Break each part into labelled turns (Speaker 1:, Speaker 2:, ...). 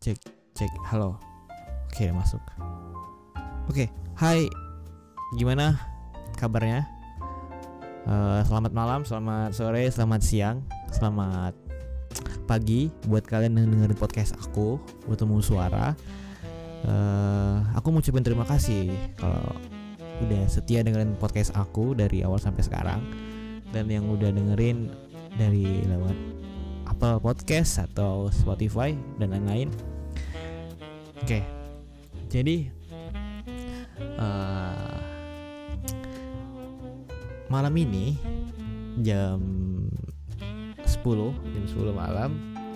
Speaker 1: cek. Halo. Oke, masuk. Oke, hai. Gimana kabarnya? Selamat malam, selamat sore, selamat siang, selamat pagi buat kalian yang dengerin podcast aku, Bertemu Suara. Aku mau ucapin terima kasih kalau udah setia dengerin podcast aku dari awal sampai sekarang, dan yang udah dengerin dari lewat Apple Podcast atau Spotify dan lain-lain. Oke, jadi malam ini jam 10 malam,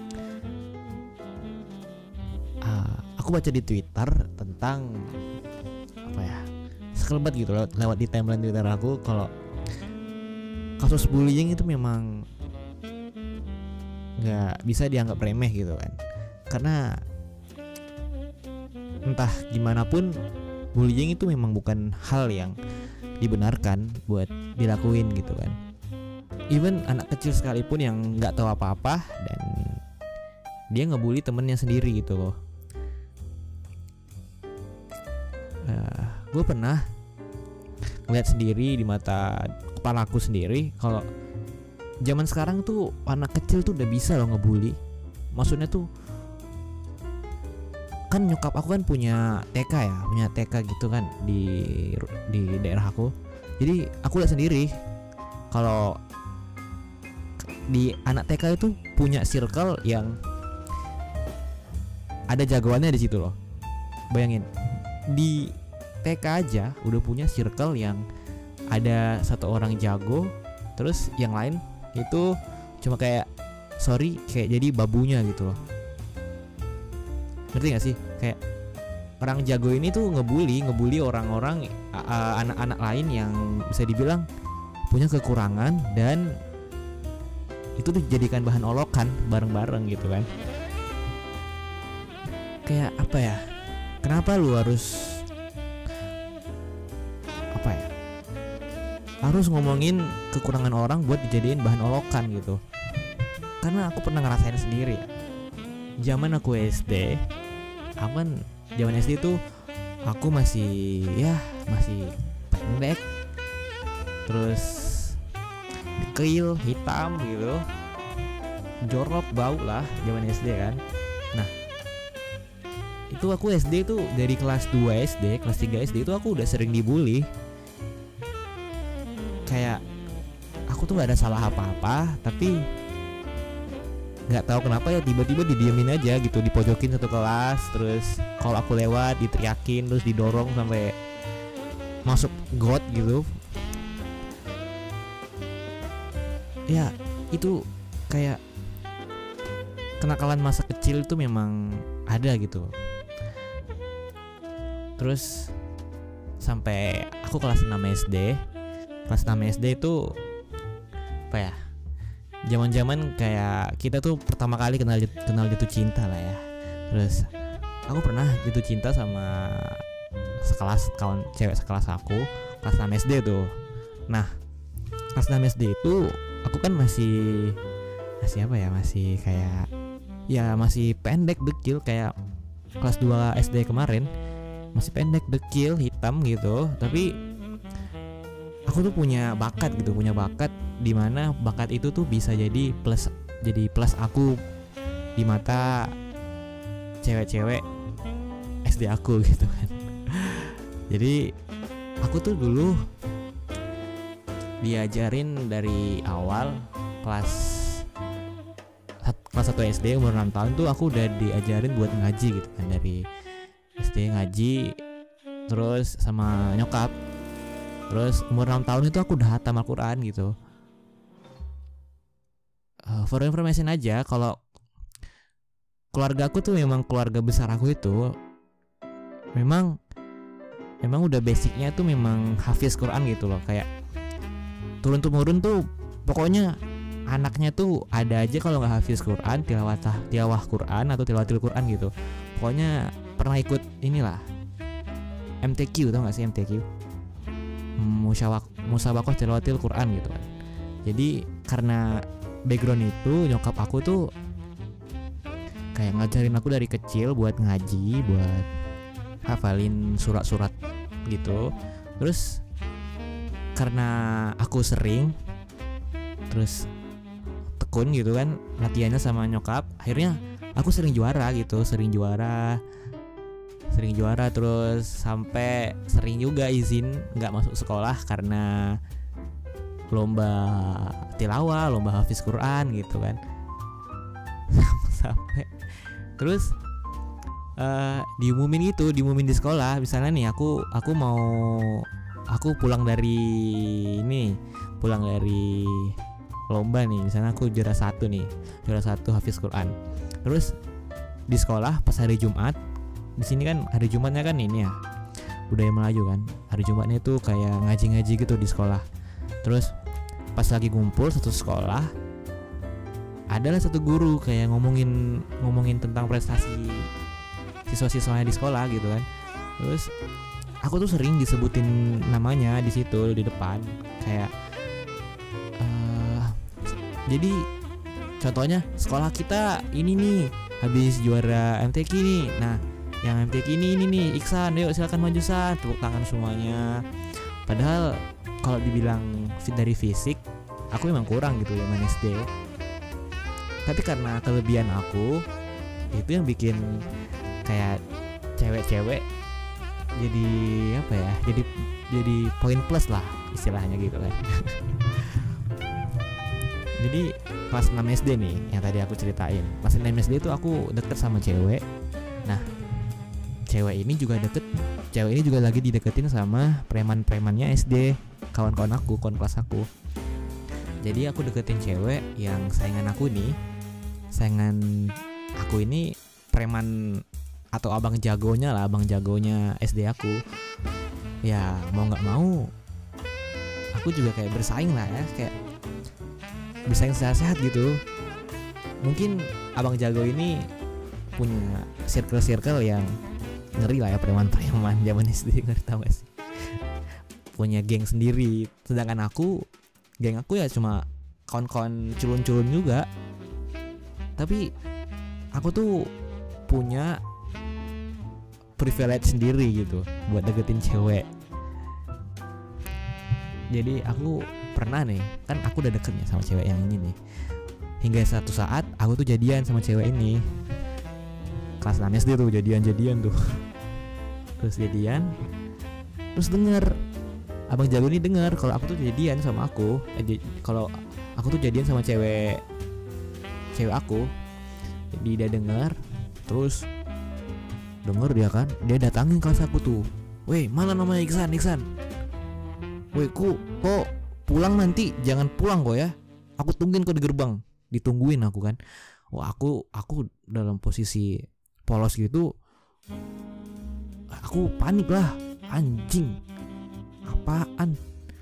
Speaker 1: aku baca di Twitter tentang apa ya, sekelebat gitu lewat di timeline Twitter aku, kalau kasus bullying itu memang nggak bisa dianggap remeh gitu kan, karena entah gimana pun bullying itu memang bukan hal yang dibenarkan buat dilakuin gitu kan. Even anak kecil sekalipun yang nggak tahu apa-apa dan dia ngebully temennya sendiri gitu loh. Gue pernah ngeliat sendiri di mata kepala aku sendiri kalau zaman sekarang tuh anak kecil tuh udah bisa loh ngebully. Maksudnya tuh kan nyokap aku kan punya TK gitu kan di daerah aku. Jadi aku lihat sendiri kalau di anak TK itu punya circle yang ada jagoannya di situ loh. Bayangin, di TK aja udah punya circle yang ada satu orang jago, terus yang lain itu cuma kayak jadi babunya gitu loh. Ngerti gak sih? Kayak orang jago ini tuh ngebully orang-orang, anak-anak lain yang bisa dibilang punya kekurangan, dan itu dijadikan bahan olokan bareng-bareng gitu kan. Kayak apa ya, kenapa lu harus ngomongin kekurangan orang buat dijadiin bahan olokan gitu. Karena aku pernah ngerasain sendiri ya. Zaman aku SD, zaman SD tuh aku masih pendek, terus dekil, hitam gitu, jorok, bau lah zaman SD kan. Nah, itu aku SD tuh dari kelas 2 SD, kelas 3 SD itu aku udah sering dibully. Kayak aku tuh gak ada salah apa-apa, tapi nggak tahu kenapa ya tiba-tiba didiemin aja gitu, dipojokin satu kelas, terus kalau aku lewat diteriakin, terus didorong sampai masuk got gitu. Ya itu kayak kenakalan masa kecil itu memang ada gitu. Terus sampai aku kelas 6 SD. Kelas 6 SD itu apa ya, zaman-zaman kayak kita tuh pertama kali kenal jatuh cinta lah ya. Terus aku pernah jatuh cinta sama kawan cewek sekelas aku kelas 6 SD tuh. Nah, kelas 6 SD itu aku kan masih kayak ya masih pendek, dekil, kayak kelas 2 SD kemarin. Masih pendek, dekil, hitam gitu. Tapi aku tuh punya bakat di mana bakat itu tuh bisa jadi plus aku di mata cewek-cewek SD aku gitu kan. Jadi aku tuh dulu diajarin dari awal kelas 1 SD umur 6 tahun tuh aku udah diajarin buat ngaji gitu kan, dari SD ngaji terus sama nyokap. Terus umur 6 tahun itu aku udah hatam Al-Quran gitu. For information aja, kalau keluarga aku tuh memang keluarga besar aku itu memang udah basicnya tuh memang hafiz Quran gitu loh. Kayak turun-temurun tuh pokoknya anaknya tuh ada aja kalau nggak hafiz Quran, tilawah Quran atau tilawatil Quran gitu. Pokoknya pernah ikut inilah MTQ, tau nggak sih MTQ? Musabaqah tilawatil Quran gitu kan. Jadi karena background itu nyokap aku tuh kayak ngajarin aku dari kecil buat ngaji, buat hafalin surat-surat gitu. Terus karena aku sering terus tekun gitu kan latihannya sama nyokap, akhirnya aku sering juara gitu, sering juara terus sampai sering juga izin nggak masuk sekolah karena lomba tilawah, lomba hafiz Quran gitu kan. Sampai terus diumumin di sekolah, misalnya nih aku pulang dari lomba nih, misalnya aku juara satu hafiz Quran. Terus di sekolah pas hari Jumat, di sini kan hari Jumatnya kan ini ya budaya Melayu kan, hari Jumatnya itu kayak ngaji gitu di sekolah. Terus pas lagi ngumpul satu sekolah, adalah satu guru kayak ngomongin tentang prestasi siswa-siswanya di sekolah gitu kan. Terus aku tuh sering disebutin namanya di situ di depan, kayak jadi contohnya sekolah kita ini nih habis juara MTQ nih. Nah, yang MTQ ini nih Iksan, yuk silakan maju San, tepuk tangan semuanya. Padahal kalau dibilang fit dari fisik, aku memang kurang gitu ya main SD. Tapi karena kelebihan aku, itu yang bikin kayak cewek-cewek jadi apa ya? Jadi poin plus lah istilahnya gitu kan. Jadi kelas 6 SD nih yang tadi aku ceritain. Kelas 6 SD itu aku deket sama cewek. Nah, cewek ini juga lagi dideketin sama preman-premannya SD, kawan-kawan aku, kawan kelas aku. Jadi aku deketin cewek yang saingan aku ini preman atau abang jagonya SD aku. Ya mau nggak mau aku juga kayak bersaing lah ya, kayak bersaing sehat-sehat gitu. Mungkin abang jago ini punya circle yang ngeri lah ya, preman-preman zaman SD, ngeri tau gak sih, punya geng sendiri. Sedangkan geng aku ya cuma kawan-kawan culun-culun juga. Tapi aku tuh punya privilege sendiri gitu buat deketin cewek. Jadi aku pernah nih, kan aku udah deket nih sama cewek yang ini nih, hingga satu saat aku tuh jadian sama cewek ini. Kelas 6 SD tuh jadian tuh. Terus jadian, terus denger abang jago ini dengar kalau aku tuh jadian sama aku, kalau aku tuh jadian sama cewek aku. Jadi dia dengar, terus dia datangin kelas aku tuh. Weh, mana namanya Iksan? Weh, kok pulang nanti, jangan pulang kok ya. Aku tungguin kok di gerbang. Ditungguin aku kan. Wah, aku dalam posisi polos gitu. Aku panik lah, anjing. Apaan?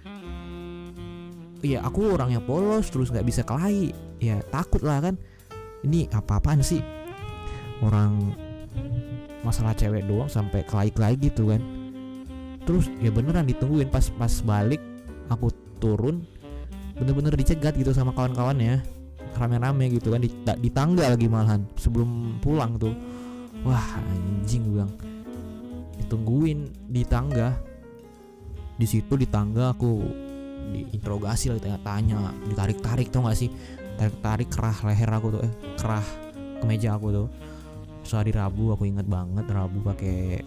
Speaker 1: Iya, aku orangnya polos terus nggak bisa kelahi. Ya takut lah kan. Ini apa-apaan sih? Orang masalah cewek doang sampai kelahi gitu kan. Terus ya beneran ditungguin, pas balik aku turun bener-bener dicegat gitu sama kawan-kawannya, rame-rame gitu kan, di tangga lagi malahan sebelum pulang tuh. Wah anjing, gue bilang, ditungguin di tangga. Di situ di tangga aku diinterogasi lah, ditanya-tanya, ditarik-tarik, tau gak sih, tarik kerah leher aku tuh, kerah kemeja aku tuh. So hari Rabu, aku ingat banget, Rabu pakai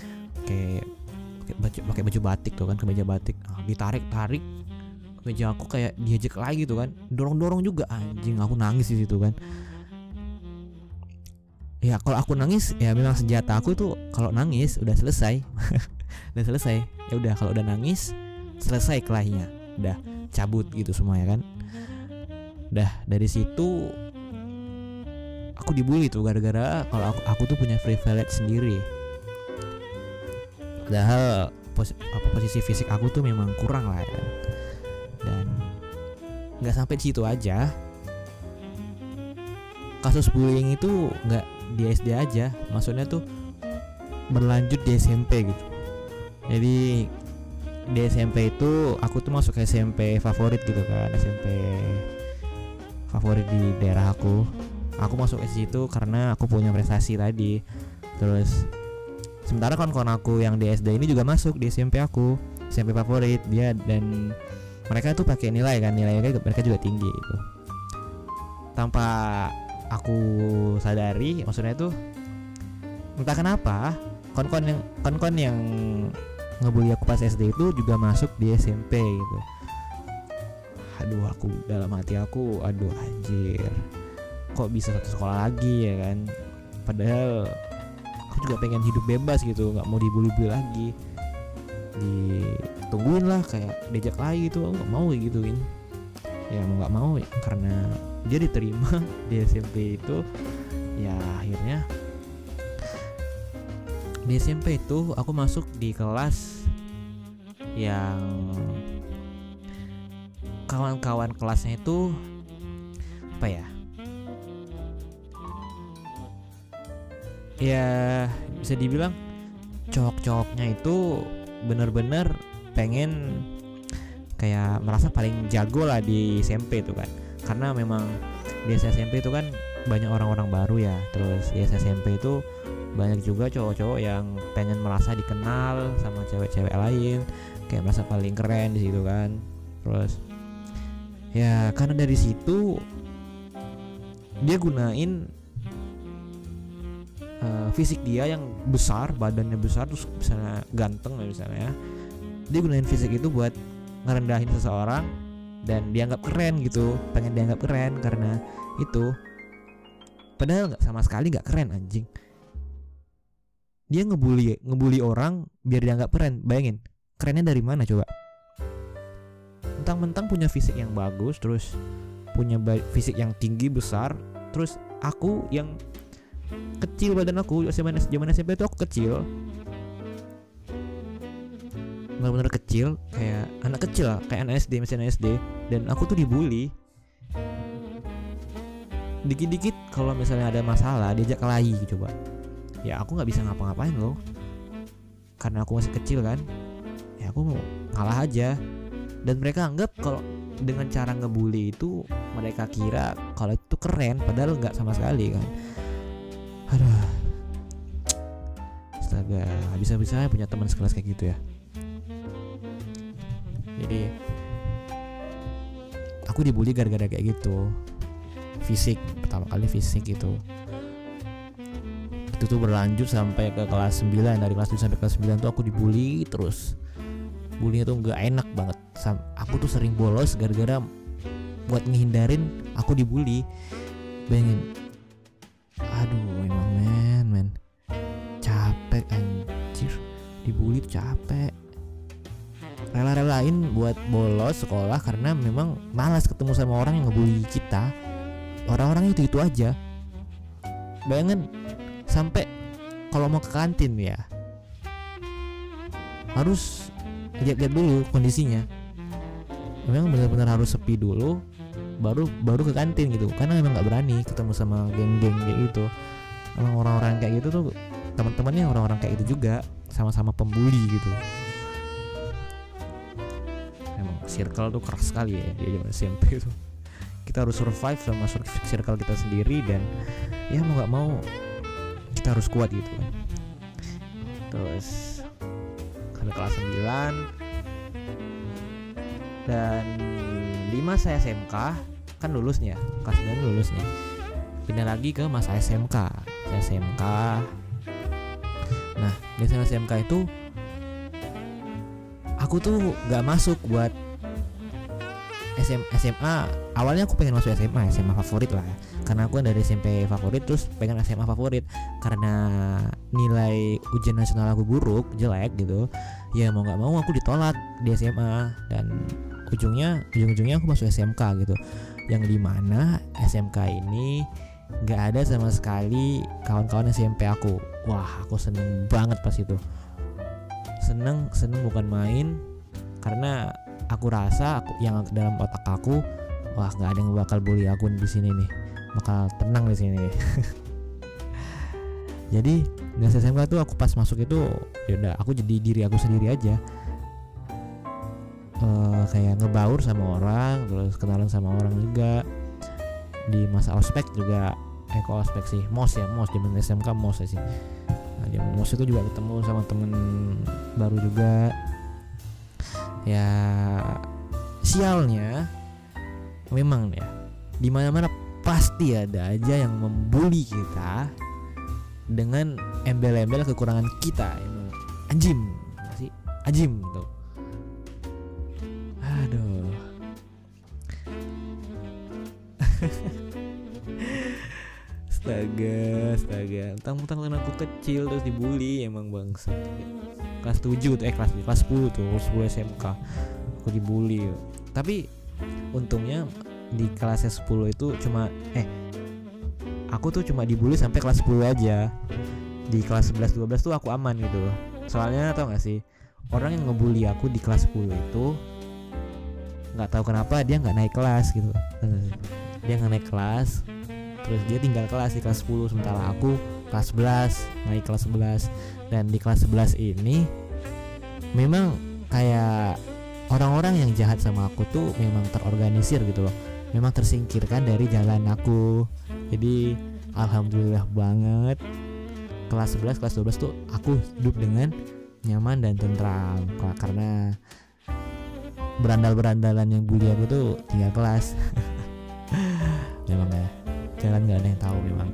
Speaker 1: baju batik tuh kan, kemeja batik. Ditarik-tarik kemeja aku, kayak diajak lagi tuh kan, dorong-dorong juga. Anjing, aku nangis di situ kan. Ya kalau aku nangis ya memang senjata aku tuh, kalau nangis udah selesai. Ya udah, kalau udah nangis selesai kelahinya, udah cabut gitu semua ya kan. Udah dari situ aku dibully tuh gara-gara kalau aku tuh punya privilege sendiri. Padahal posisi fisik aku tuh memang kurang lah ya. Dan nggak sampai di situ aja. Kasus bullying itu nggak di SD aja, maksudnya tuh berlanjut di SMP gitu. Jadi di SMP itu aku tuh masuk SMP favorit gitu kan, SMP favorit di daerah aku. Aku masuk SD itu karena aku punya prestasi tadi. Terus sementara kawan-kawan aku yang di SD ini juga masuk di SMP aku, SMP favorit dia, dan mereka tuh pakai nilai kan, nilainya mereka juga tinggi gitu. Tanpa aku sadari, maksudnya tuh entah kenapa kawan-kawan yang ngebully aku pas SD itu juga masuk di SMP gitu. Aduh, aku dalam hati aku, aduh anjir, kok bisa satu sekolah lagi ya kan, padahal aku juga pengen hidup bebas gitu, nggak mau dibully-bully lagi, ditungguin lah kayak diajak lagi gitu, aku nggak mau kayak gituin. Ya mau nggak mau ya, karena dia diterima di SMP itu, ya akhirnya di SMP itu aku masuk di kelas yang kawan-kawan kelasnya itu apa ya? Ya bisa dibilang cowok-cowoknya itu bener-bener pengen kayak merasa paling jago lah di SMP itu kan, karena memang di SMP itu kan banyak orang-orang baru ya. Terus di SMP itu banyak juga cowok-cowok yang pengen merasa dikenal sama cewek-cewek lain, kayak merasa paling keren di situ kan. Terus ya karena dari situ dia gunain fisik dia yang besar, badannya besar, terus misalnya ganteng lah misalnya, dia gunain fisik itu buat ngerendahin seseorang dan dianggap keren gitu, pengen dianggap keren karena itu, padahal sama sekali nggak keren anjing. Dia ngebully orang biar dianggap keren. Bayangin, kerennya dari mana coba? Mentang-mentang punya fisik yang bagus, terus punya fisik yang tinggi besar, terus aku yang kecil, badan aku zaman SMP itu aku kecil, benar-benar kecil, kayak anak kecil lah, kayak anak SD, masih anak SD, dan aku tuh dibully. Dikit-dikit kalau misalnya ada masalah diajak kelahi coba, ya aku nggak bisa ngapa-ngapain loh, karena aku masih kecil kan. Ya aku mau ngalah aja, dan mereka anggap kalau dengan cara ngebully itu mereka kira kalau itu keren, padahal nggak sama sekali kan. Aduh, astaga, bisa-bisanya punya teman sekelas kayak gitu ya. Jadi aku dibully gara-gara kayak gitu. Fisik, pertama kali fisik itu tuh berlanjut sampai ke kelas 9. Dari kelas 7 sampai kelas 9 tuh aku dibully terus. Bullynya tuh gak enak banget. Aku tuh sering bolos gara-gara buat ngehindarin aku dibully. Bayangin, aduh emang men capek anjir, dibully tuh capek. Rela-relain buat bolos sekolah karena memang malas ketemu sama orang yang ngebully kita. Orang-orang itu aja. Bayangin, sampai kalau mau ke kantin ya harus lihat-lihat dulu kondisinya. Memang benar-benar harus sepi dulu baru ke kantin gitu, karena memang nggak berani ketemu sama geng-geng kayak gitu. Emang orang-orang kayak gitu tuh teman-temannya orang-orang kayak gitu juga, sama-sama pembuli gitu. Emang circle tuh keras sekali ya di zaman SMP tuh. Kita harus survive sama circle kita sendiri, dan ya mau nggak mau kita harus kuat gitu kan. Terus sampai kelas 9 dan 5 saya SMK kan lulusnya, kelas 9 lulusnya. Pindah lagi ke masa SMK. Nah, di SMK itu aku tuh nggak masuk buat SMA. Awalnya aku pengen masuk SMA favorit lah ya. Karena aku dari SMP favorit terus pengen SMA favorit, karena nilai ujian nasional aku buruk, jelek gitu. Ya mau nggak mau aku ditolak di SMA, dan ujung-ujungnya aku masuk SMK gitu. Yang dimana SMK ini nggak ada sama sekali kawan-kawan SMP aku. Wah, aku seneng banget pas itu. Seneng bukan main, karena aku rasa yang dalam otak aku, wah nggak ada yang bakal bully aku di sini nih, bakal tenang di sini. Jadi di SMK tuh aku pas masuk itu, yaudah aku jadi diri aku sendiri aja. Kayak ngebaur sama orang, terus kenalan sama orang juga. Di masa ospek juga ospek sih, mos zaman SMK mos sih. Nah, zaman mos itu juga ketemu sama temen baru juga. Ya sialnya memang ya, di mana-mana pasti ada aja yang membuli kita dengan embel-embel kekurangan kita. Emang anjim sih, anjim tuh. Aduh. Astaga. Mentang-mentang aku kecil terus dibully, emang bangsa. Kelas 7 tuh, kelas 10 tuh, 10 SMK. Aku dibully. Tapi untungnya di kelas 10 itu aku tuh cuma dibully sampai kelas 10 aja. Di kelas 11 12 tuh aku aman gitu. Soalnya tau gak sih, orang yang ngebully aku di kelas 10 itu nggak tahu kenapa dia nggak naik kelas gitu. Dia nggak naik kelas, terus dia tinggal kelas di kelas 10, sementara aku kelas 11 naik kelas 11. Dan di kelas 11 ini memang kayak orang-orang yang jahat sama aku tuh memang terorganisir gitu loh, memang tersingkirkan dari jalan aku. Jadi alhamdulillah banget kelas 11 kelas 12 tuh aku hidup dengan nyaman dan tentram, karena berandal-berandalan yang bully aku tuh tinggal kelas. Memang ya, jalan nggak ada yang tahu memang.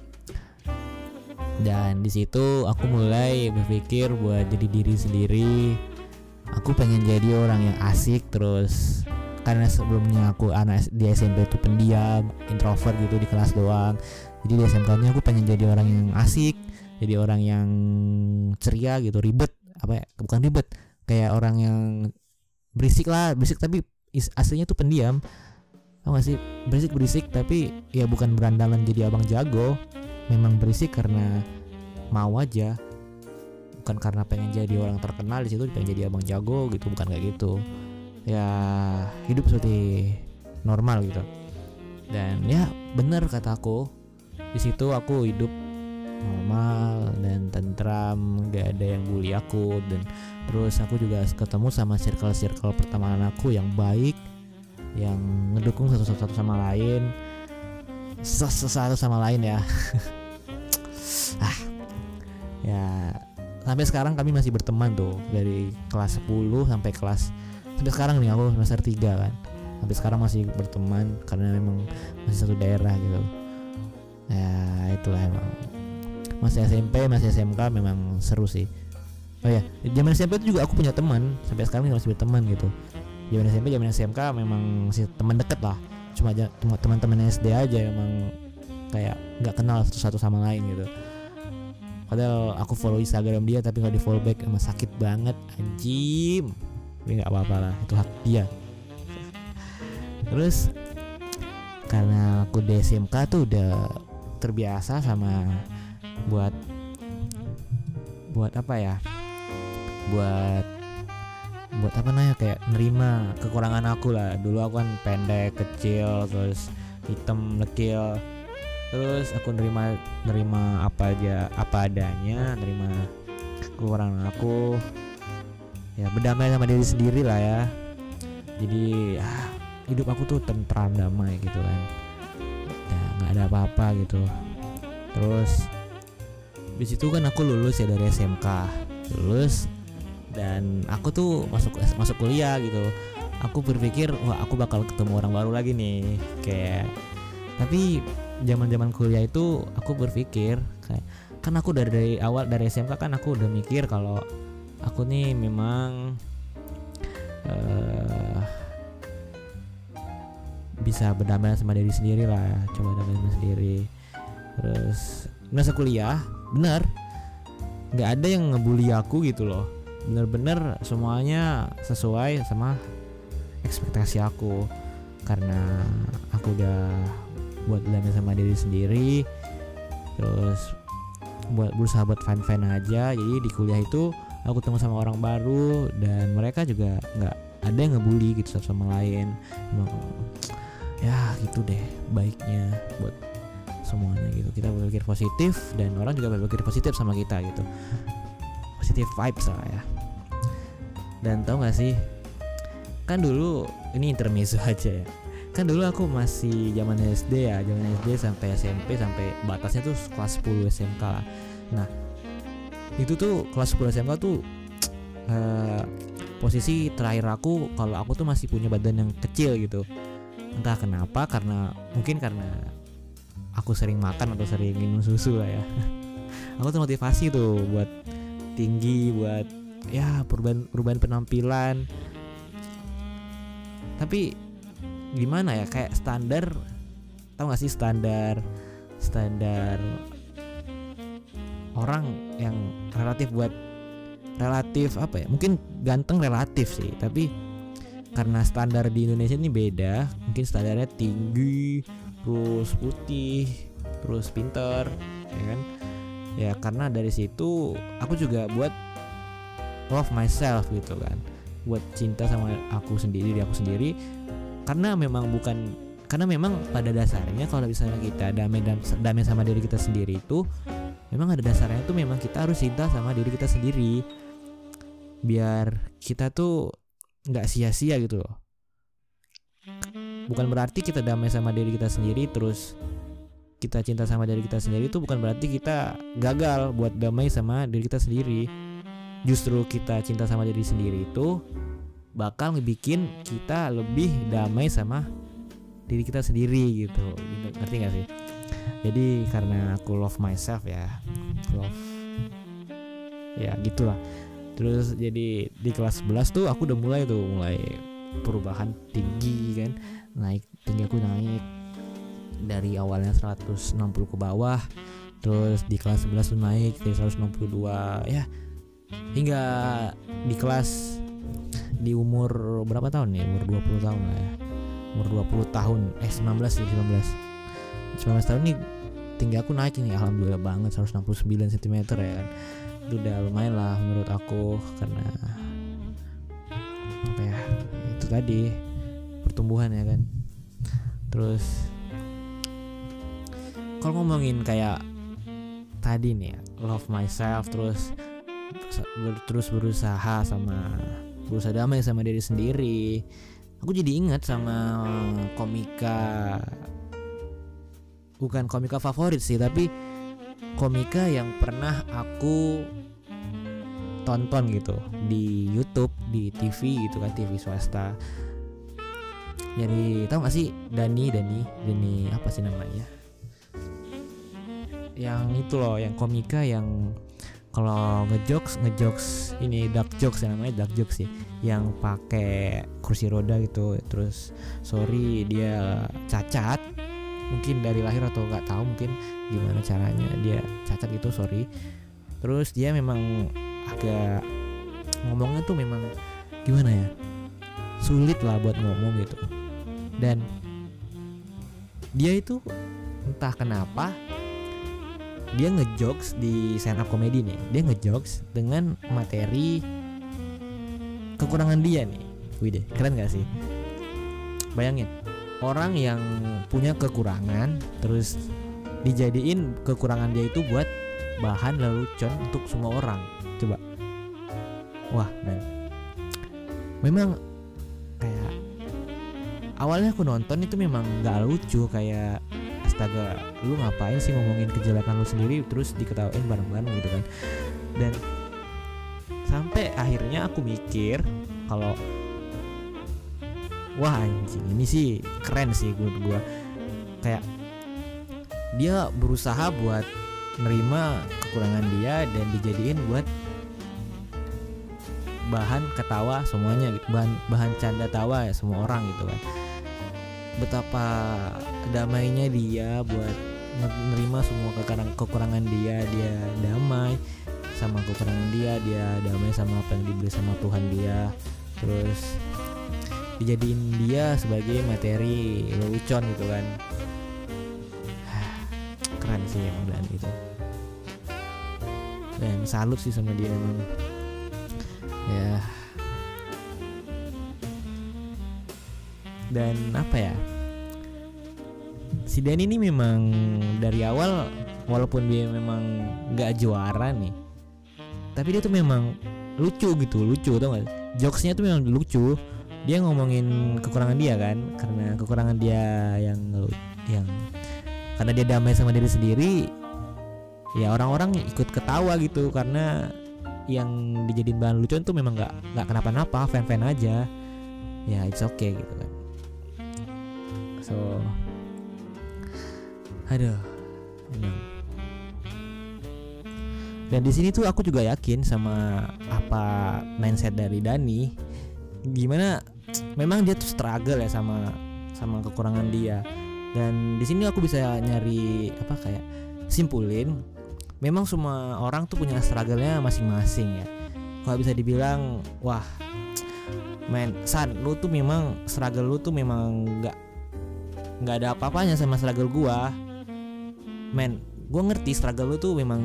Speaker 1: Dan di situ aku mulai berpikir buat jadi diri sendiri. Aku pengen jadi orang yang asik terus, karena sebelumnya aku anak di SMP tuh pendiam, introvert gitu, di kelas doang. Jadi di SMK-nya aku pengen jadi orang yang asik, jadi orang yang ceria gitu, bukan ribet, kayak orang yang berisik tapi aslinya tuh pendiam. Tau gak sih, berisik tapi ya bukan berandalan jadi abang jago, memang berisik karena mau aja, bukan karena pengen jadi orang terkenal di situ, pengen jadi abang jago gitu, bukan kayak gitu. Ya hidup seperti normal gitu. Dan ya benar kataku, di situ aku hidup normal dan tentram, gak ada yang bully aku. Dan terus aku juga ketemu sama circle pertemanan aku yang baik, yang ngedukung satu sama lain, satu sama lain ya. Ya sampai sekarang kami masih berteman tuh, dari kelas 10 sampai sekarang nih, aku semester 3 kan. Sampai sekarang masih berteman karena memang masih satu daerah gitu. Ya itulah, emang masih SMP masih SMK memang seru sih. Oh ya, zaman SMP itu juga aku punya teman, sampai sekarang masih berteman gitu. Zaman SMP zaman SMK memang masih teman dekat lah, cuma teman-teman SD aja, emang kayak nggak kenal satu sama lain gitu. Padahal aku follow Instagram dia tapi nggak di follow back, emang sakit banget anjim. Tapi nggak apa-apa lah, itu hak dia. Terus karena aku di SMK tuh udah terbiasa sama buat apa ya, buat apa namanya, kayak nerima kekurangan aku lah. Dulu aku kan pendek, kecil, terus hitam, lekil. Terus aku nerima apa adanya, nerima kekurangan aku. Ya berdamai sama diri sendiri lah ya. Jadi hidup aku tuh tentram, damai gitu kan. Ya nggak ada apa-apa gitu. Terus di situ kan aku lulus ya dari SMK, lulus, dan aku tuh masuk kuliah gitu. Aku berpikir wah aku bakal ketemu orang baru lagi nih, kayak. Tapi zaman kuliah itu aku berpikir kayak, kan aku dari awal dari SMK kan aku udah mikir kalau aku nih memang bisa berdamai sama diri sendiri lah, coba damai sama sendiri. Terus masa kuliah bener nggak ada yang ngebully aku gitu loh, bener-bener semuanya sesuai sama ekspektasi aku, karena aku udah buat damai sama diri sendiri, terus berusaha buat fine aja. Jadi di kuliah itu aku ketemu sama orang baru dan mereka juga nggak ada yang ngebully gitu satu sama lain. Emang ya gitu deh baiknya buat semuanya gitu, kita berpikir positif dan orang juga berpikir positif sama kita gitu, positive vibes lah ya. Dan tau gak sih, kan dulu ini intermezzo aja ya, kan dulu aku masih zaman SD ya, zaman SD sampai SMP, sampai batasnya tuh kelas 10 SMK lah. Nah itu tuh kelas 10 SMK tuh posisi terakhir aku kalau aku tuh masih punya badan yang kecil gitu. Entah kenapa, mungkin karena aku sering makan atau sering minum susu lah ya. Aku tuh motivasi tuh buat tinggi, buat ya perubahan penampilan. Tapi gimana ya, kayak standar, tau gak sih standar orang yang relatif apa ya, mungkin ganteng relatif sih, tapi karena standar di Indonesia ini beda. Mungkin standarnya tinggi, terus putih, terus pinter, ya kan. Ya karena dari situ aku juga buat love myself gitu kan, buat cinta sama diri aku sendiri. Karena memang pada dasarnya kalau misalnya kita damai sama diri kita sendiri itu, memang ada dasarnya tuh memang kita harus cinta sama diri kita sendiri, biar kita tuh nggak sia-sia gitu loh. Bukan berarti kita damai sama diri kita sendiri terus kita cinta sama diri kita sendiri, itu bukan berarti kita gagal buat damai sama diri kita sendiri. Justru kita cinta sama diri sendiri itu bakal ngebikin kita lebih damai sama diri kita sendiri gitu. Ngerti gak sih? Jadi karena aku love myself ya, gitulah. Terus jadi di kelas 11 tuh aku udah mulai perubahan tinggi kan. Tinggi aku naik dari awalnya 160 ke bawah, terus di kelas 11 tuh naik dari 162 ya, hingga di kelas di umur berapa tahun nih, umur 20 tahun lah ya, umur 20 tahun 19 tahun nih tinggi aku naik ini, alhamdulillah banget, 169 cm ya kan. Itu udah lumayan lah menurut aku, karena apa ya, itu tadi pertumbuhan ya kan. Terus kalau ngomongin kayak tadi nih ya, love myself, terus berusaha damai sama diri sendiri, aku jadi ingat sama bukan komika favorit sih, tapi komika yang pernah aku tonton gitu di YouTube, di TV gitu kan, TV swasta. Jadi tahu gak sih Dani apa sih namanya? Yang itu loh, yang komika yang kalau ngejokes ini dark jokes ya, namanya dark jokes sih, yang pakai kursi roda gitu. Terus sorry dia cacat, mungkin dari lahir atau nggak tahu mungkin gimana caranya dia cacat gitu, sorry. Terus dia memang agak ngomongnya tuh memang gimana ya, sulit lah buat ngomong gitu. Dan dia itu entah kenapa dia ngejokes di stand up comedy nih, dia ngejokes dengan materi kekurangan dia nih. Wih deh, keren gak sih? Bayangin, orang yang punya kekurangan terus dijadiin kekurangan dia itu buat bahan lelucon untuk semua orang. Coba, wah men, memang kayak awalnya aku nonton itu memang gak lucu, kayak astaga, lu ngapain sih ngomongin kejelekan lu sendiri terus diketawain bareng-bareng gitu kan. Dan sampai akhirnya aku mikir kalau wah anjing, ini sih keren sih menurut gua. Kayak dia berusaha buat nerima kekurangan dia dan dijadiin buat bahan ketawa semuanya gitu, bahan canda tawa ya semua orang gitu kan. Betapa damainya dia buat menerima semua kekurangan dia damai sama kekurangan dia damai sama apa yang diberi sama Tuhan dia. Terus dijadiin dia sebagai materi lelucon gitu kan. Keren sih emang Dan gitu. Dan salut sih sama dia emang. Ya. Dan apa ya, si Dan ini memang dari awal walaupun dia memang gak juara nih, tapi dia tuh memang lucu tau gak, jokesnya tuh memang lucu. dia ngomongin kekurangan dia kan, karena kekurangan dia yang karena dia damai sama diri sendiri, ya orang-orang ikut ketawa gitu, karena yang dijadiin bahan lucuan tuh memang nggak kenapa-napa, fan-fan aja, ya it's okay gitu kan. So aduh emang. Dan di sini tuh aku juga yakin sama apa mindset dari Dani, gimana memang dia tuh struggle ya sama kekurangan dia. Dan di sini aku bisa nyari apa, kayak simpulin, memang semua orang tuh punya struggle-nya masing-masing ya. Kalau bisa dibilang, wah men, San, lu tuh memang struggle lu tuh memang nggak ada apa-apanya sama struggle gua. Men, gua ngerti struggle lu tuh memang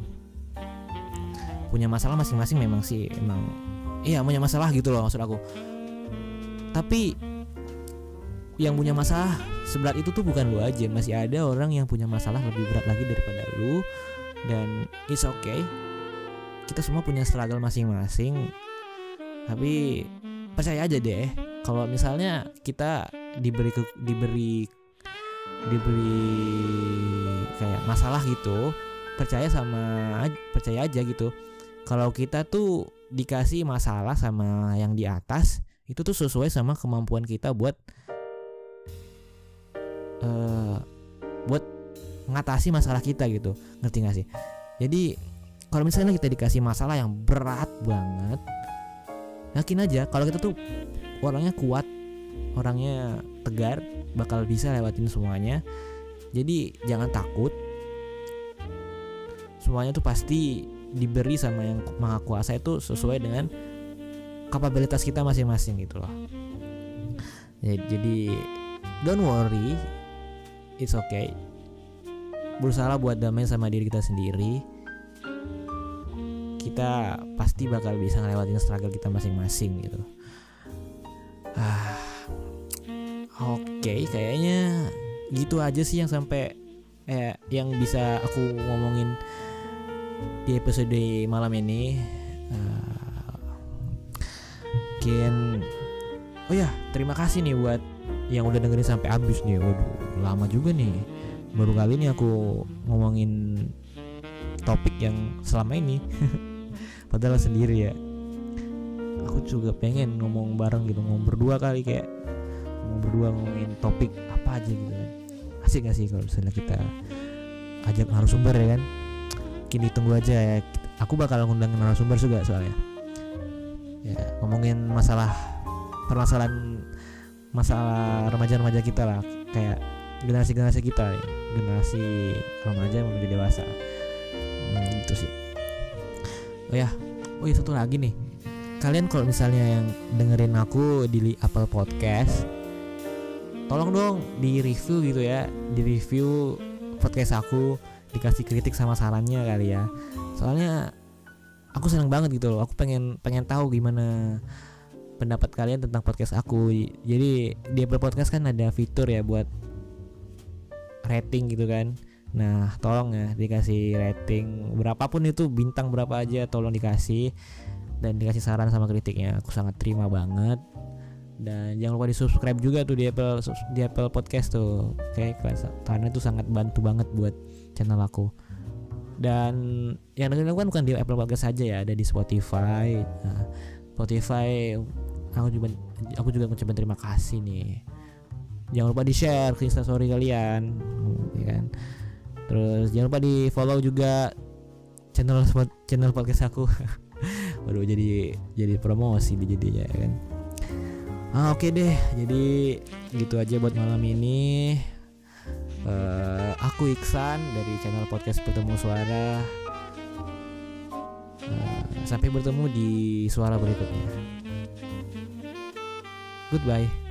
Speaker 1: punya masalah masing-masing, memang sih, emang iya punya masalah gitu loh maksud aku. Tapi yang punya masalah seberat itu tuh bukan lu aja, masih ada orang yang punya masalah lebih berat lagi daripada lu. Dan it's okay, kita semua punya struggle masing-masing. Tapi percaya aja deh, kalau misalnya kita diberi kayak masalah gitu, percaya aja gitu, kalau kita tuh dikasih masalah sama yang di atas, itu tuh sesuai sama kemampuan kita buat ngatasi masalah kita gitu, ngerti gak sih? Jadi kalau misalnya kita dikasih masalah yang berat banget, yakin aja kalau kita tuh orangnya kuat, orangnya tegar, bakal bisa lewatin semuanya. Jadi jangan takut, semuanya tuh pasti diberi sama yang Maha Kuasa itu sesuai dengan kapabilitas kita masing-masing gitu loh. Jadi don't worry, it's okay. Berusaha buat damai sama diri kita sendiri. Kita pasti bakal bisa ngelewatin struggle kita masing-masing gitu. Oke, kayaknya gitu aja sih yang sampai yang bisa aku ngomongin di episode malam ini. Mungkin terima kasih nih buat yang udah dengerin sampai habis nih. Waduh, lama juga nih. Baru kali ini aku ngomongin topik yang selama ini padahal sendiri ya. Aku juga pengen ngomong bareng gitu, ngomong berdua kali, kayak ngomong berdua ngomongin topik apa aja gitu kan. Asik gak sih kalau misalnya kita ajak narasumber ya kan? Mungkin ditunggu aja ya, aku bakal ngundang narasumber juga soalnya. Ya, ngomongin masalah remaja-remaja kita lah, kayak generasi kita nih, generasi remaja menuju dewasa. Gitu sih. Oh ya, satu lagi nih. Kalian kalau misalnya yang dengerin aku di Apple Podcast, tolong dong di review gitu ya, di review podcast aku, dikasih kritik sama sarannya kali ya. Soalnya aku seneng banget gitu loh. Aku pengen tahu gimana pendapat kalian tentang podcast aku. Jadi di Apple Podcast kan ada fitur ya buat rating gitu kan. Nah tolong ya dikasih rating berapapun itu, bintang berapa aja tolong dikasih, dan dikasih saran sama kritiknya. Aku sangat terima banget. Dan jangan lupa di subscribe juga tuh di Apple Podcast tuh, karena itu sangat bantu banget buat channel aku. Dan yang dengerin aku kan bukan di Apple Podcast saja ya, ada di Spotify. Nah, Spotify aku juga ngucapin terima kasih nih. Jangan lupa di share ke Instastory kalian, ya kan. Terus jangan lupa di follow juga channel podcast aku. Waduh, jadi promosi jadinya ya kan. Oke deh, jadi gitu aja buat malam ini. Aku Iksan dari channel podcast Bertemu Suara. Sampai bertemu di suara berikutnya. Goodbye.